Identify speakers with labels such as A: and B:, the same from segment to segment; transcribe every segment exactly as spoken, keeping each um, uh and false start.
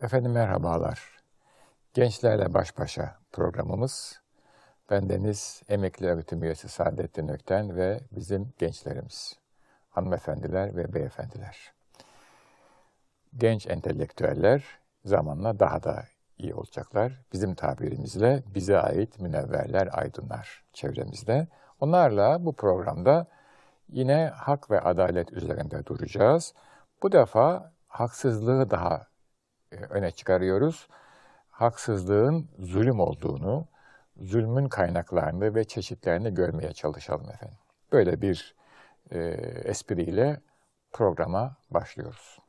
A: Efendim merhabalar. Gençlerle Baş Başa programımız. Bendeniz Emekli Öğretim Üyesi Saadettin Ökten ve bizim gençlerimiz, hanımefendiler ve beyefendiler. Genç entelektüeller zamanla daha da iyi olacaklar. Bizim tabirimizle bize ait münevverler, aydınlar çevremizde. Onlarla bu programda yine hak ve adalet üzerinde duracağız. Bu defa haksızlığı daha öne çıkarıyoruz. Haksızlığın zulüm olduğunu, zulmün kaynaklarını ve çeşitlerini görmeye çalışalım efendim. Böyle bir e, espriyle programa başlıyoruz.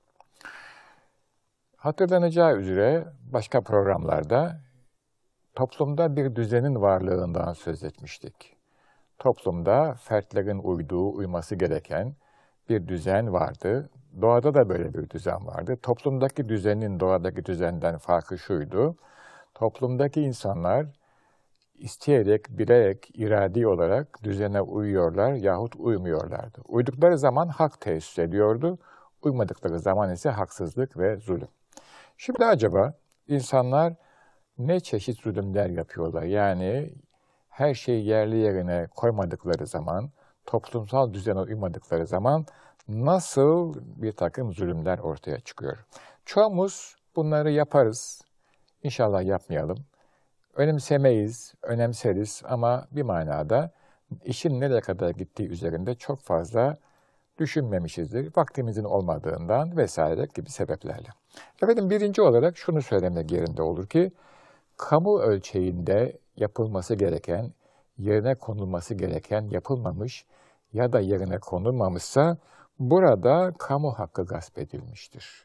A: Hatırlanacağı üzere başka programlarda toplumda bir düzenin varlığından söz etmiştik. Toplumda fertlerin uyduğu, uyması gereken bir düzen vardı. Doğada da böyle bir düzen vardı. Toplumdaki düzenin doğadaki düzenden farkı şuydu. Toplumdaki insanlar isteyerek, bilerek, iradi olarak düzene uyuyorlar yahut uymuyorlardı. Uydukları zaman hak tesis ediyordu. Uymadıkları zaman ise haksızlık ve zulüm. Şimdi acaba insanlar ne çeşit zulümler yapıyorlar? Yani her şeyi yerli yerine koymadıkları zaman, toplumsal düzene uymadıkları zaman nasıl bir takım zulümler ortaya çıkıyor? Çoğumuz bunları yaparız. İnşallah yapmayalım. Önemsemeyiz, önemseriz ama bir manada işin nereye kadar gittiği üzerinde çok fazla düşünmemişizdir. Vaktimizin olmadığından vesaire gibi sebeplerle. Efendim birinci olarak şunu söylemek yerinde olur ki, kamu ölçeğinde yapılması gereken, yerine konulması gereken yapılmamış ya da yerine konulmamışsa burada kamu hakkı gasp edilmiştir.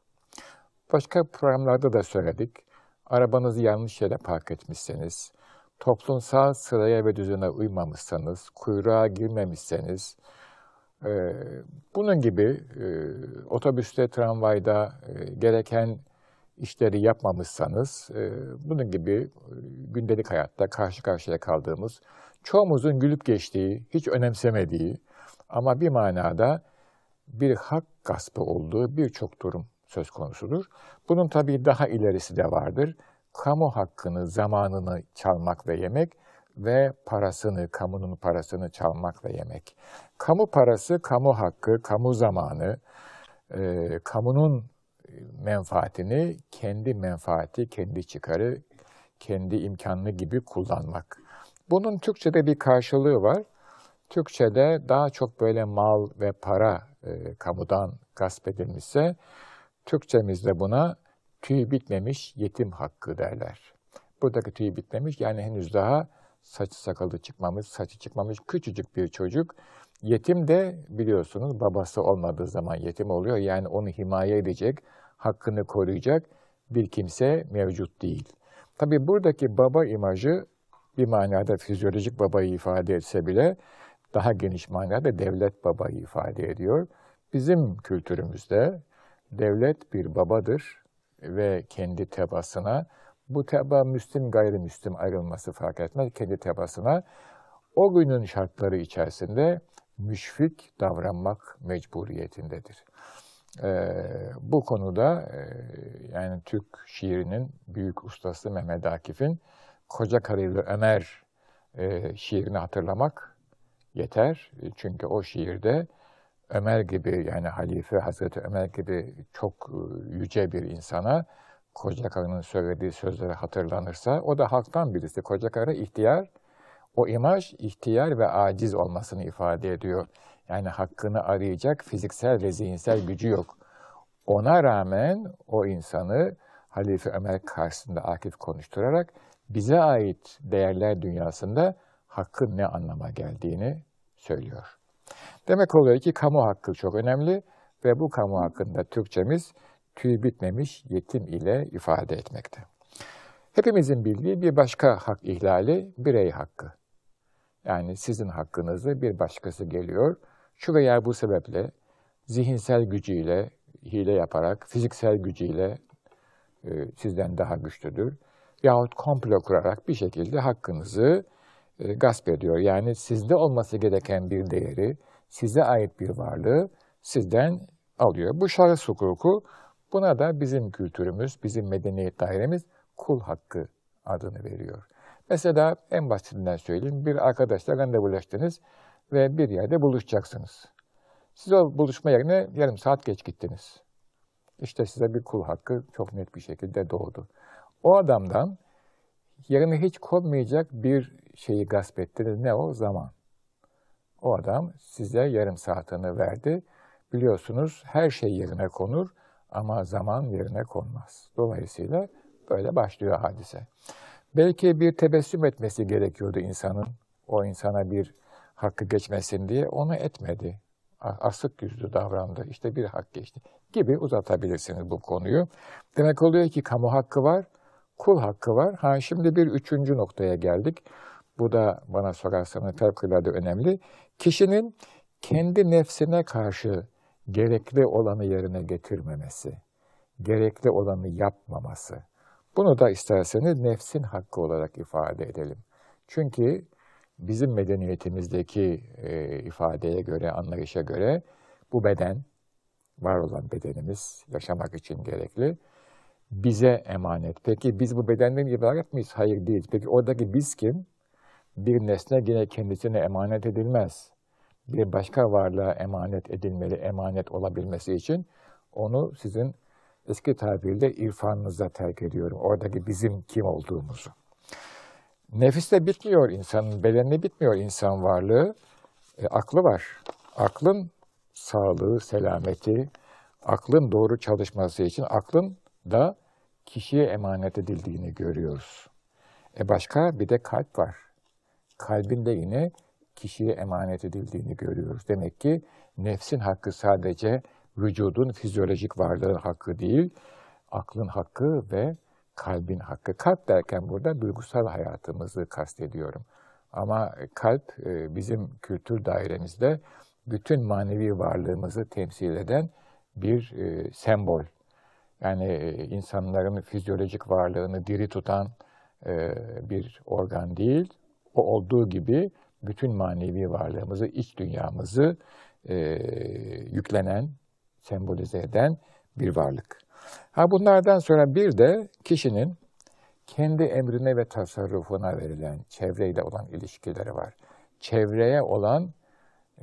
A: Başka programlarda da söyledik. Arabanızı yanlış yere park etmişseniz, toplumsal sıraya ve düzene uymamışsanız, kuyruğa girmemişseniz, e, bunun gibi e, otobüste, tramvayda e, gereken işleri yapmamışsanız, e, bunun gibi e, gündelik hayatta karşı karşıya kaldığımız, çoğumuzun gülüp geçtiği, hiç önemsemediği ama bir manada bir hak gaspı olduğu birçok durum söz konusudur. Bunun tabii daha ilerisi de vardır. Kamu hakkını, zamanını çalmak ve yemek ve parasını, kamunun parasını çalmak ve yemek. Kamu parası, kamu hakkı, kamu zamanı, e, kamunun menfaatini kendi menfaati, kendi çıkarı, kendi imkanı gibi kullanmak. Bunun Türkçe'de bir karşılığı var. Türkçe'de daha çok böyle mal ve para e, kamudan gasp edilmişse, Türkçemizde buna tüy bitmemiş yetim hakkı derler. Buradaki tüy bitmemiş yani henüz daha saçı sakalı çıkmamış, saçı çıkmamış küçücük bir çocuk. Yetim de biliyorsunuz babası olmadığı zaman yetim oluyor. Yani onu himaye edecek, hakkını koruyacak bir kimse mevcut değil. Tabii buradaki baba imajı bir manada fizyolojik babayı ifade etse bile daha geniş manada devlet babayı ifade ediyor. Bizim kültürümüzde devlet bir babadır ve kendi tebaasına, bu teba Müslim gayrimüslim ayrılması fark etmez, kendi tebaasına o günün şartları içerisinde müşfik davranmak mecburiyetindedir. Ee, bu konuda e, yani Türk şiirinin büyük ustası Mehmet Akif'in Koca Karılı Ömer e, şiirini hatırlamak yeter. Çünkü o şiirde Ömer gibi yani Halife Hazreti Ömer gibi çok yüce bir insana koca karının söylediği sözleri hatırlanırsa, o da halktan birisi. Koca karı ihtiyar, o imaj ihtiyar ve aciz olmasını ifade ediyor. Yani hakkını arayacak fiziksel ve zihinsel gücü yok. Ona rağmen o insanı Halife Ömer karşısında Akif konuşturarak bize ait değerler dünyasında hakkın ne anlama geldiğini söylüyor. Demek oluyor ki kamu hakkı çok önemli ve bu kamu hakkında Türkçemiz tüy bitmemiş yetim ile ifade etmekte. Hepimizin bildiği bir başka hak ihlali birey hakkı. Yani sizin hakkınızı bir başkası geliyor, şu veya bu sebeple zihinsel gücüyle, hile yaparak, fiziksel gücüyle e, sizden daha güçlüdür. Yahut komplo kurarak bir şekilde hakkınızı e, gasp ediyor. Yani sizde olması gereken bir değeri, size ait bir varlığı sizden alıyor. Bu şahıs hukuku Buna da bizim kültürümüz, bizim medeniyet dairemiz kul hakkı adını veriyor. Mesela en basitinden söyleyeyim, bir arkadaşla randevulaştınız ve bir yerde buluşacaksınız. Siz o buluşma yerine yarım saat geç gittiniz. İşte size bir kul hakkı çok net bir şekilde doğdu. O adamdan yerine hiç konmayacak bir şeyi gasp ettiniz. Ne o? Zaman. O adam size yarım saatini verdi. Biliyorsunuz her şey yerine konur ama zaman yerine konmaz. Dolayısıyla böyle başlıyor hadise. Belki bir tebessüm etmesi gerekiyordu insanın. O insana bir hakkı geçmesin diye onu etmedi. Asık yüzlü davrandı. İşte bir hak geçti gibi uzatabilirsiniz bu konuyu. Demek oluyor ki kamu hakkı var, kul hakkı var. Ha şimdi bir üçüncü noktaya geldik. Bu da bana sorarsanız fevkalade önemli. Kişinin kendi nefsine karşı gerekli olanı yerine getirmemesi, gerekli olanı yapmaması. Bunu da isterseniz nefsin hakkı olarak ifade edelim. Çünkü bizim medeniyetimizdeki e, ifadeye göre, anlayışa göre bu beden, var olan bedenimiz, yaşamak için gerekli, bize emanet. Peki biz bu bedenden ibaret miyiz? Hayır değil. Peki oradaki biz kim? Bir nesne yine kendisine emanet edilmez. Bir başka varlığa emanet edilmeli, emanet olabilmesi için onu sizin eski tabirle irfanınıza terk ediyorum. Oradaki bizim kim olduğumuzu. Nefiste bitmiyor insanın, bedeninde bitmiyor insan varlığı. E, aklı var. Aklın sağlığı, selameti, aklın doğru çalışması için aklın da kişiye emanet edildiğini görüyoruz. E başka bir de kalp var. Kalbin de yine kişiye emanet edildiğini görüyoruz. Demek ki nefsin hakkı sadece vücudun fizyolojik varlığın hakkı değil, aklın hakkı ve kalbin hakkı. Kalp derken burada duygusal hayatımızı kastediyorum. Ama kalp bizim kültür dairemizde bütün manevi varlığımızı temsil eden bir sembol. Yani insanların fizyolojik varlığını diri tutan bir organ değil, o olduğu gibi bütün manevi varlığımızı, iç dünyamızı e, yüklenen, sembolize eden bir varlık. Ha bunlardan sonra bir de kişinin kendi emrine ve tasarrufuna verilen çevreyle olan ilişkileri var. Çevreye olan e,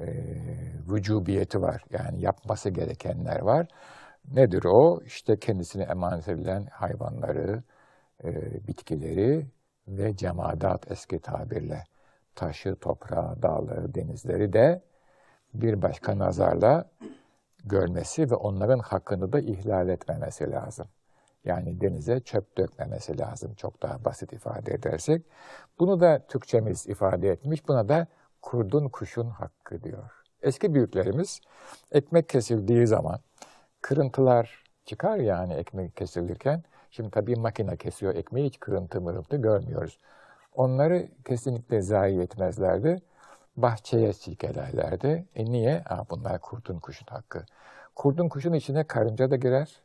A: vücubiyeti var. Yani yapması gerekenler var. Nedir o? İşte kendisine emanet edilen hayvanları, e, bitkileri ve cemadat eski tabirle. Taşı, toprağı, dağları, denizleri de bir başka nazarla görmesi ve onların hakkını da ihlal etmemesi lazım. Yani denize çöp dökmemesi lazım, çok daha basit ifade edersek. Bunu da Türkçemiz ifade etmiş, buna da kurdun kuşun hakkı diyor. Eski büyüklerimiz ekmek kesildiği zaman kırıntılar çıkar yani ekmek kesilirken. Şimdi tabii makine kesiyor ekmeği, hiç kırıntı mırıntı görmüyoruz. Onları kesinlikle zayi etmezlerdi. Bahçeye silkelerlerdi. E niye? Aa, bunlar kurdun kuşun hakkı. Kurdun kuşun içine karınca da girer,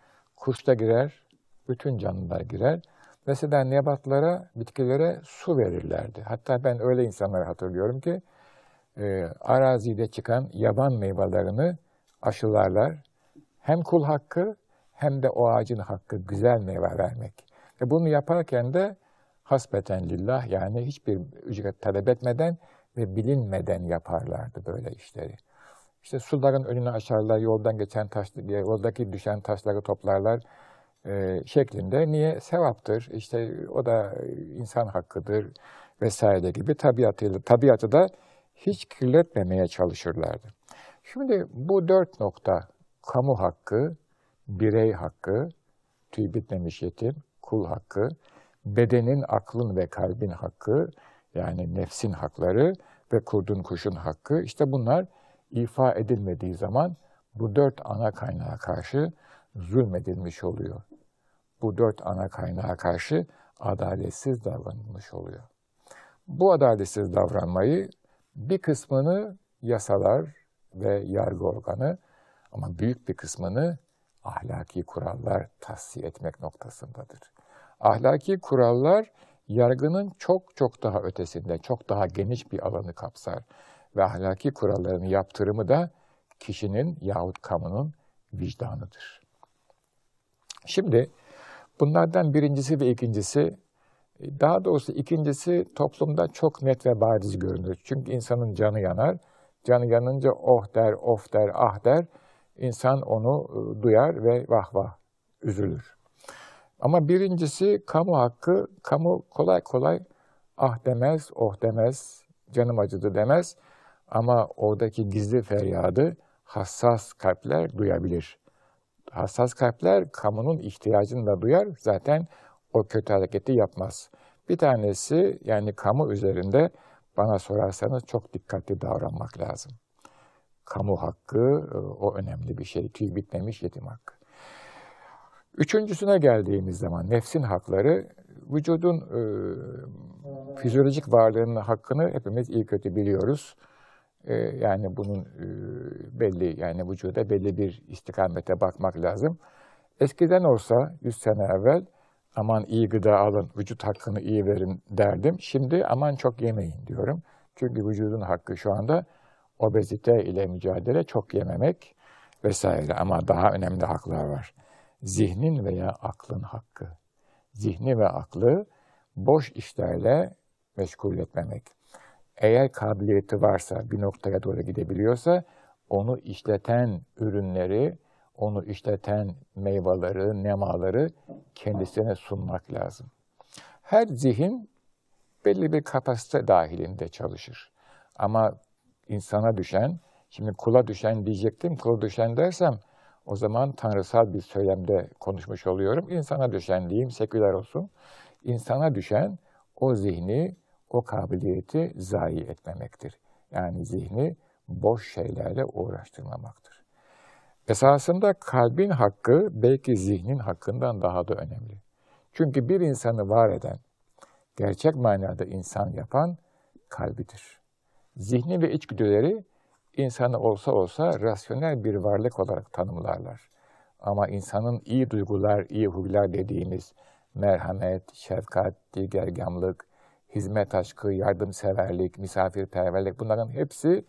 A: kuş da girer, bütün canlılar girer. Mesela nebatlara, bitkilere su verirlerdi. Hatta ben öyle insanları hatırlıyorum ki e, arazide çıkan yaban meyvelerini aşılarlar. Hem kul hakkı hem de o ağacın hakkı güzel meyve vermek. Ve bunu yaparken de hasbeten lillah yani hiçbir ücret talep etmeden ve bilinmeden yaparlardı böyle işleri. İşte suların önünü açarlar, yoldan geçen taş, yoldaki düşen taşları toplarlar e, şeklinde. Niye? Sevaptır, işte o da insan hakkıdır vesaire gibi tabiatıyla, tabiatı da hiç kirletmemeye çalışırlardı. Şimdi bu dört nokta, kamu hakkı, birey hakkı, tüy bitmemiş yetim, kul hakkı, bedenin, aklın ve kalbin hakkı, yani nefsin hakları ve kurdun kuşun hakkı, işte bunlar ifa edilmediği zaman bu dört ana kaynağa karşı zulmedilmiş oluyor. Bu dört ana kaynağa karşı adaletsiz davranılmış oluyor. Bu adaletsiz davranmayı bir kısmını yasalar ve yargı organı ama büyük bir kısmını ahlaki kurallar tahsis etmek noktasındadır. Ahlaki kurallar yargının çok çok daha ötesinde, çok daha geniş bir alanı kapsar. Ve ahlaki kuralların yaptırımı da kişinin yahut kamunun vicdanıdır. Şimdi bunlardan birincisi ve ikincisi, daha doğrusu ikincisi toplumda çok net ve bariz görünür. Çünkü insanın canı yanar. Canı yanınca oh der, of der, ah der. İnsan onu duyar ve vah vah üzülür. Ama birincisi kamu hakkı. Kamu kolay kolay ah demez, oh demez, canım acıdı demez. Ama oradaki gizli feryadı hassas kalpler duyabilir. Hassas kalpler kamunun ihtiyacını da duyar, zaten o kötü hareketi yapmaz. Bir tanesi, yani kamu üzerinde bana sorarsanız çok dikkatli davranmak lazım. Kamu hakkı o önemli bir şey, tüy bitmemiş yetim hakkı. Üçüncüsüne geldiğimiz zaman nefsin hakları, vücudun e, fizyolojik varlığının hakkını hepimiz iyi kötü biliyoruz. E, yani bunun e, belli, yani vücuda belli bir istikamete bakmak lazım. Eskiden olsa yüz sene evvel aman iyi gıda alın, vücut hakkını iyi verin derdim. Şimdi aman çok yemeyin diyorum. Çünkü vücudun hakkı şu anda obezite ile mücadele, çok yememek vesaire. Ama daha önemli haklar var. Zihnin veya aklın hakkı. Zihni ve aklı boş işlerle meşgul etmemek. Eğer kabiliyeti varsa, bir noktaya doğru gidebiliyorsa, onu işleten ürünleri, onu işleten meyveleri, nemaları kendisine sunmak lazım. Her zihin belli bir kapasite dahilinde çalışır. Ama insana düşen, şimdi kula düşen diyecektim, kula düşen dersem, o zaman tanrısal bir söylemde konuşmuş oluyorum. İnsana düşen diyeyim, seküler olsun. İnsana düşen o zihni, o kabiliyeti zayi etmemektir. Yani zihni boş şeylerle uğraştırmamaktır. Esasında kalbin hakkı belki zihnin hakkından daha da önemli. Çünkü bir insanı var eden, gerçek manada insan yapan kalbidir. Zihni ve içgüdüleri insanı olsa olsa rasyonel bir varlık olarak tanımlarlar. Ama insanın iyi duygular, iyi huylar dediğimiz merhamet, şefkat, digergamlık, hizmet aşkı, yardımseverlik, misafirperverlik, bunların hepsi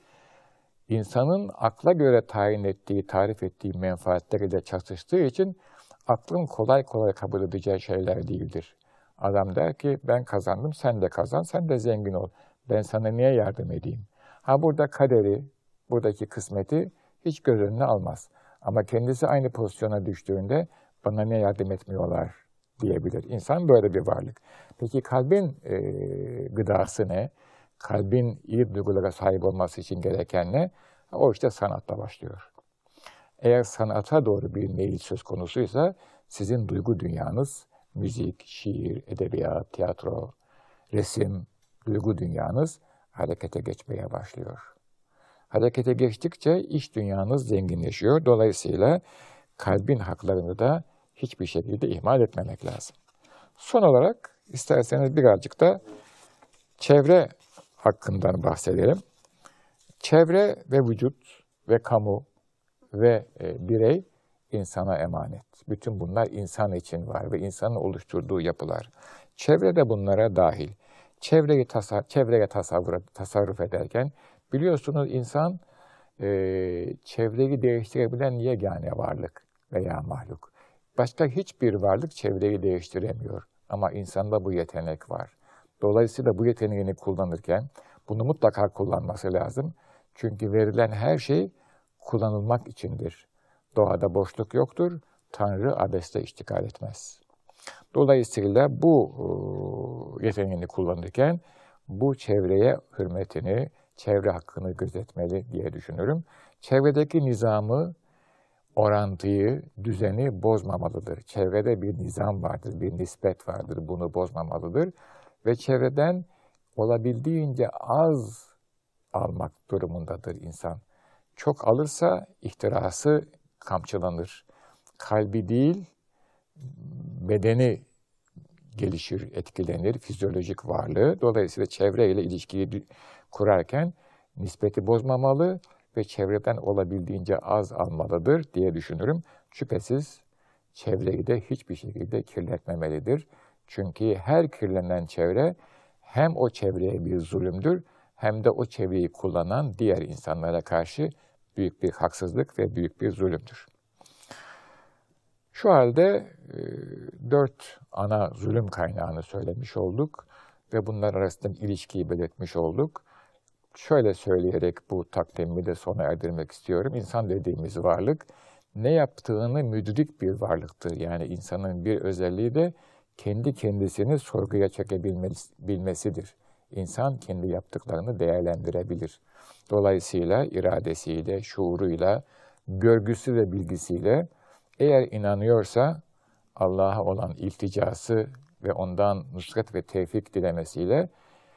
A: insanın akla göre tayin ettiği, tarif ettiği menfaatleriyle çatıştığı için aklın kolay kolay kabul edeceği şeyler değildir. Adam der ki ben kazandım, sen de kazan, sen de zengin ol. Ben sana niye yardım edeyim? Ha burada kaderi, buradaki kısmeti hiç göz önüne almaz. Ama kendisi aynı pozisyona düştüğünde bana niye yardım etmiyorlar diyebilir. İnsan böyle bir varlık. Peki kalbin e, gıdası ne? Kalbin iyi duygulara sahip olması için gereken ne? O işte sanatta başlıyor. Eğer sanata doğru bir meyil söz konusuysa sizin duygu dünyanız, müzik, şiir, edebiyat, tiyatro, resim, duygu dünyanız harekete geçmeye başlıyor. Harekete geçtikçe iç dünyanız zenginleşiyor. Dolayısıyla kalbin haklarını da hiçbir şekilde ihmal etmemek lazım. Son olarak isterseniz birazcık da çevre hakkından bahsedelim. Çevre ve vücut ve kamu ve e, birey insana emanet. Bütün bunlar insan için var ve insanın oluşturduğu yapılar. Çevre de bunlara dahil. Çevreyi tasar çevreye tasavvur tasarruf ederken biliyorsunuz insan e, çevreyi değiştirebilen yegane varlık veya mahluk. Başka hiçbir varlık çevreyi değiştiremiyor. Ama insanda bu yetenek var. Dolayısıyla bu yeteneğini kullanırken bunu mutlaka kullanması lazım. Çünkü verilen her şey kullanılmak içindir. Doğada boşluk yoktur. Tanrı abeste iştigal etmez. Dolayısıyla bu yeteneğini kullanırken bu çevreye hürmetini, çevre hakkını gözetmeli diye düşünürüm. Çevredeki nizamı, orantıyı, düzeni bozmamalıdır. Çevrede bir nizam vardır, bir nispet vardır. Bunu bozmamalıdır. Ve çevreden olabildiğince az almak durumundadır insan. Çok alırsa ihtirası kamçılanır. Kalbi değil, bedeni gelişir, etkilenir, fizyolojik varlığı. Dolayısıyla çevreyle ilişkiyi kurarken nispeti bozmamalı ve çevreden olabildiğince az almalıdır diye düşünürüm. Şüphesiz çevreyi de hiçbir şekilde kirletmemelidir. Çünkü her kirlenen çevre hem o çevreye bir zulümdür, hem de o çevreyi kullanan diğer insanlara karşı büyük bir haksızlık ve büyük bir zulümdür. Şu halde e, dört ana zulüm kaynağını söylemiş olduk ve bunlar arasındaki ilişkiyi belirtmiş olduk. Şöyle söyleyerek bu takdimimi de sona erdirmek istiyorum. İnsan dediğimiz varlık ne yaptığını müdrik bir varlıktır. Yani insanın bir özelliği de kendi kendisini sorguya çekebilmesidir. İnsan kendi yaptıklarını değerlendirebilir. Dolayısıyla iradesiyle, şuuruyla, görgüsü ve bilgisiyle eğer inanıyorsa Allah'a olan ilticası ve ondan nusret ve tevfik dilemesiyle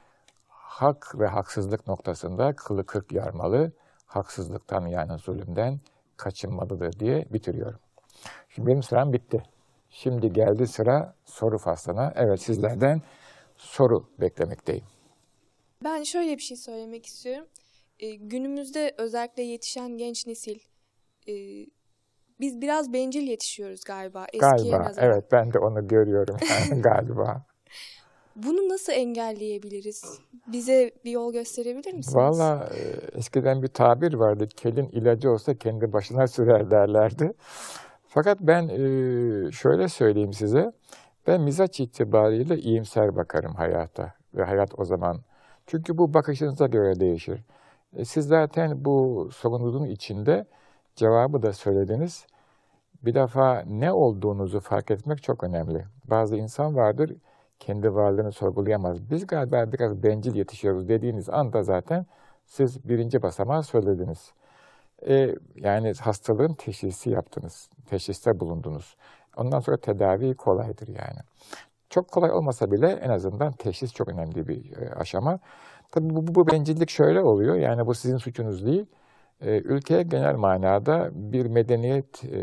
A: hak ve haksızlık noktasında kılı kırk yarmalı, haksızlıktan yani zulümden kaçınmalıdır diye bitiriyorum. Şimdi benim sıram bitti. Şimdi geldi sıra soru faslına. Evet, sizlerden soru beklemekteyim.
B: Ben şöyle bir şey söylemek istiyorum. E, günümüzde özellikle yetişen genç nesil, e, biz biraz bencil yetişiyoruz galiba eskiye
A: Galiba,
B: nazaran.
A: evet ben de onu görüyorum yani galiba.
B: Bunu nasıl engelleyebiliriz? Bize bir yol gösterebilir misiniz?
A: Valla eskiden bir tabir vardı, kelin ilacı olsa kendi başına sürer derlerdi. Fakat ben şöyle söyleyeyim size, ben mizaç itibariyle iyimser bakarım hayata ve hayat o zaman. Çünkü bu bakışınıza göre değişir. Siz zaten bu sorunuzun içinde cevabı da söylediniz. Bir defa ne olduğunuzu fark etmek çok önemli. Bazı insan vardır, kendi varlığını sorgulayamaz. Biz galiba biraz bencil yetişiyoruz dediğiniz anda zaten siz birinci basamağı söylediniz. E, yani hastalığın teşhisi yaptınız, teşhiste bulundunuz. Ondan sonra tedavi kolaydır yani. Çok kolay olmasa bile en azından teşhis çok önemli bir e, aşama. Tabii bu, bu bencillik şöyle oluyor, yani bu sizin suçunuz değil. E, ülkeye genel manada bir medeniyet, e,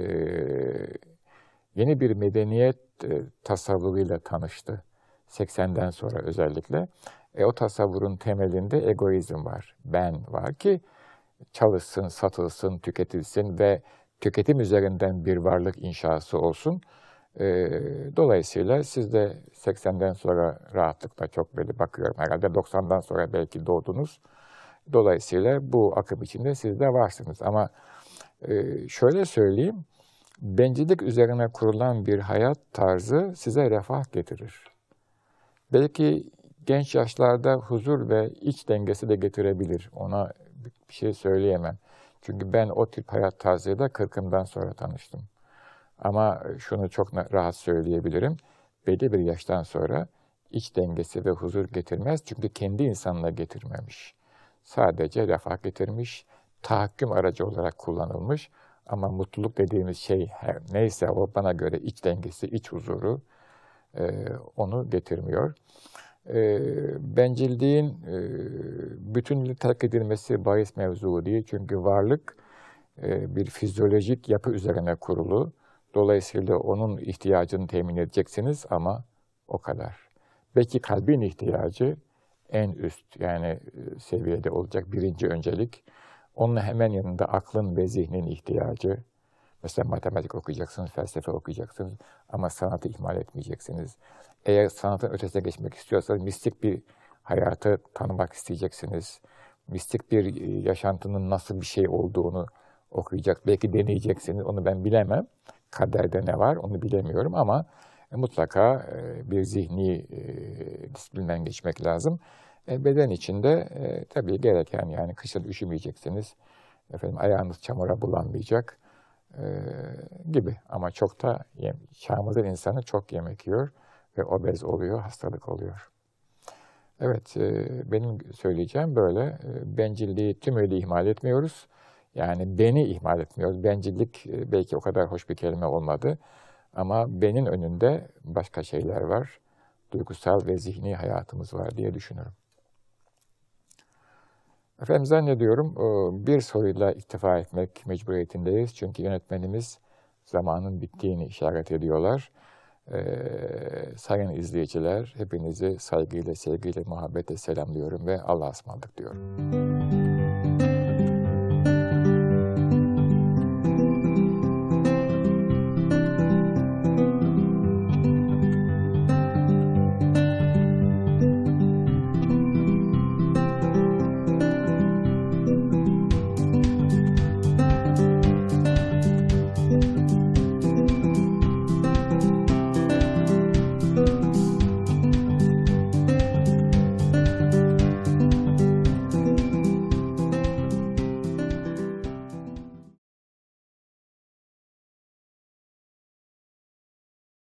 A: yeni bir medeniyet e, tasavvuruyla tanıştı. seksenden sonra özellikle. E, o tasavvurun temelinde egoizm var, ben var ki çalışsın, satılsın, tüketilsin ve tüketim üzerinden bir varlık inşası olsun. E, dolayısıyla siz de seksenden sonra rahatlıkla çok böyle bakıyorum. Herhalde doksandan sonra belki doğdunuz. Dolayısıyla bu akım içinde siz de varsınız. Ama e, şöyle söyleyeyim, bencillik üzerine kurulan bir hayat tarzı size refah getirir. Belki genç yaşlarda huzur ve iç dengesi de getirebilir. Ona bir şey söyleyemem. Çünkü ben o tip hayat tarzıyla kırkımdan sonra tanıştım. Ama şunu çok rahat söyleyebilirim. Belli bir yaştan sonra iç dengesi ve huzur getirmez. Çünkü kendi insanına getirmemiş. Sadece refah getirmiş, tahakküm aracı olarak kullanılmış. Ama mutluluk dediğimiz şey her neyse o bana göre iç dengesi, iç huzuru e, onu getirmiyor. E, bencilliğin e, bütünlüğü terk edilmesi bahis mevzu değil. Çünkü varlık e, bir fizyolojik yapı üzerine kurulu. Dolayısıyla onun ihtiyacını temin edeceksiniz ama o kadar. Belki kalbin ihtiyacı en üst yani seviyede olacak birinci öncelik. Onun hemen yanında aklın ve zihnin ihtiyacı. Mesela matematik okuyacaksınız, felsefe okuyacaksınız ama sanatı ihmal etmeyeceksiniz. Eğer sanatın ötesine geçmek istiyorsanız mistik bir hayatı tanımak isteyeceksiniz. Mistik bir yaşantının nasıl bir şey olduğunu okuyacak, belki deneyeceksiniz. Onu ben bilemem. Kaderde ne var onu bilemiyorum ama mutlaka bir zihni disiplinden geçmek lazım. Beden içinde tabii gereken yani kışın üşümeyeceksiniz. Efendim ayağınız çamura bulanmayacak gibi ama çok da çağımızın insanı çok yemek yiyor ve obez oluyor, hastalık oluyor. Evet, benim söyleyeceğim böyle. Bencilliği tümüyle ihmal etmiyoruz. Yani beni ihmal etmiyoruz. Bencillik belki o kadar hoş bir kelime olmadı. Ama benim önünde başka şeyler var. Duygusal ve zihni hayatımız var diye düşünüyorum. Efendim zannediyorum bir soruyla iktifa etmek mecburiyetindeyiz. Çünkü yönetmenimiz zamanın bittiğini işaret ediyorlar. Ee, sayın izleyiciler, hepinizi saygıyla, sevgiyle, muhabbetle selamlıyorum ve Allah'a ısmarladık diyorum.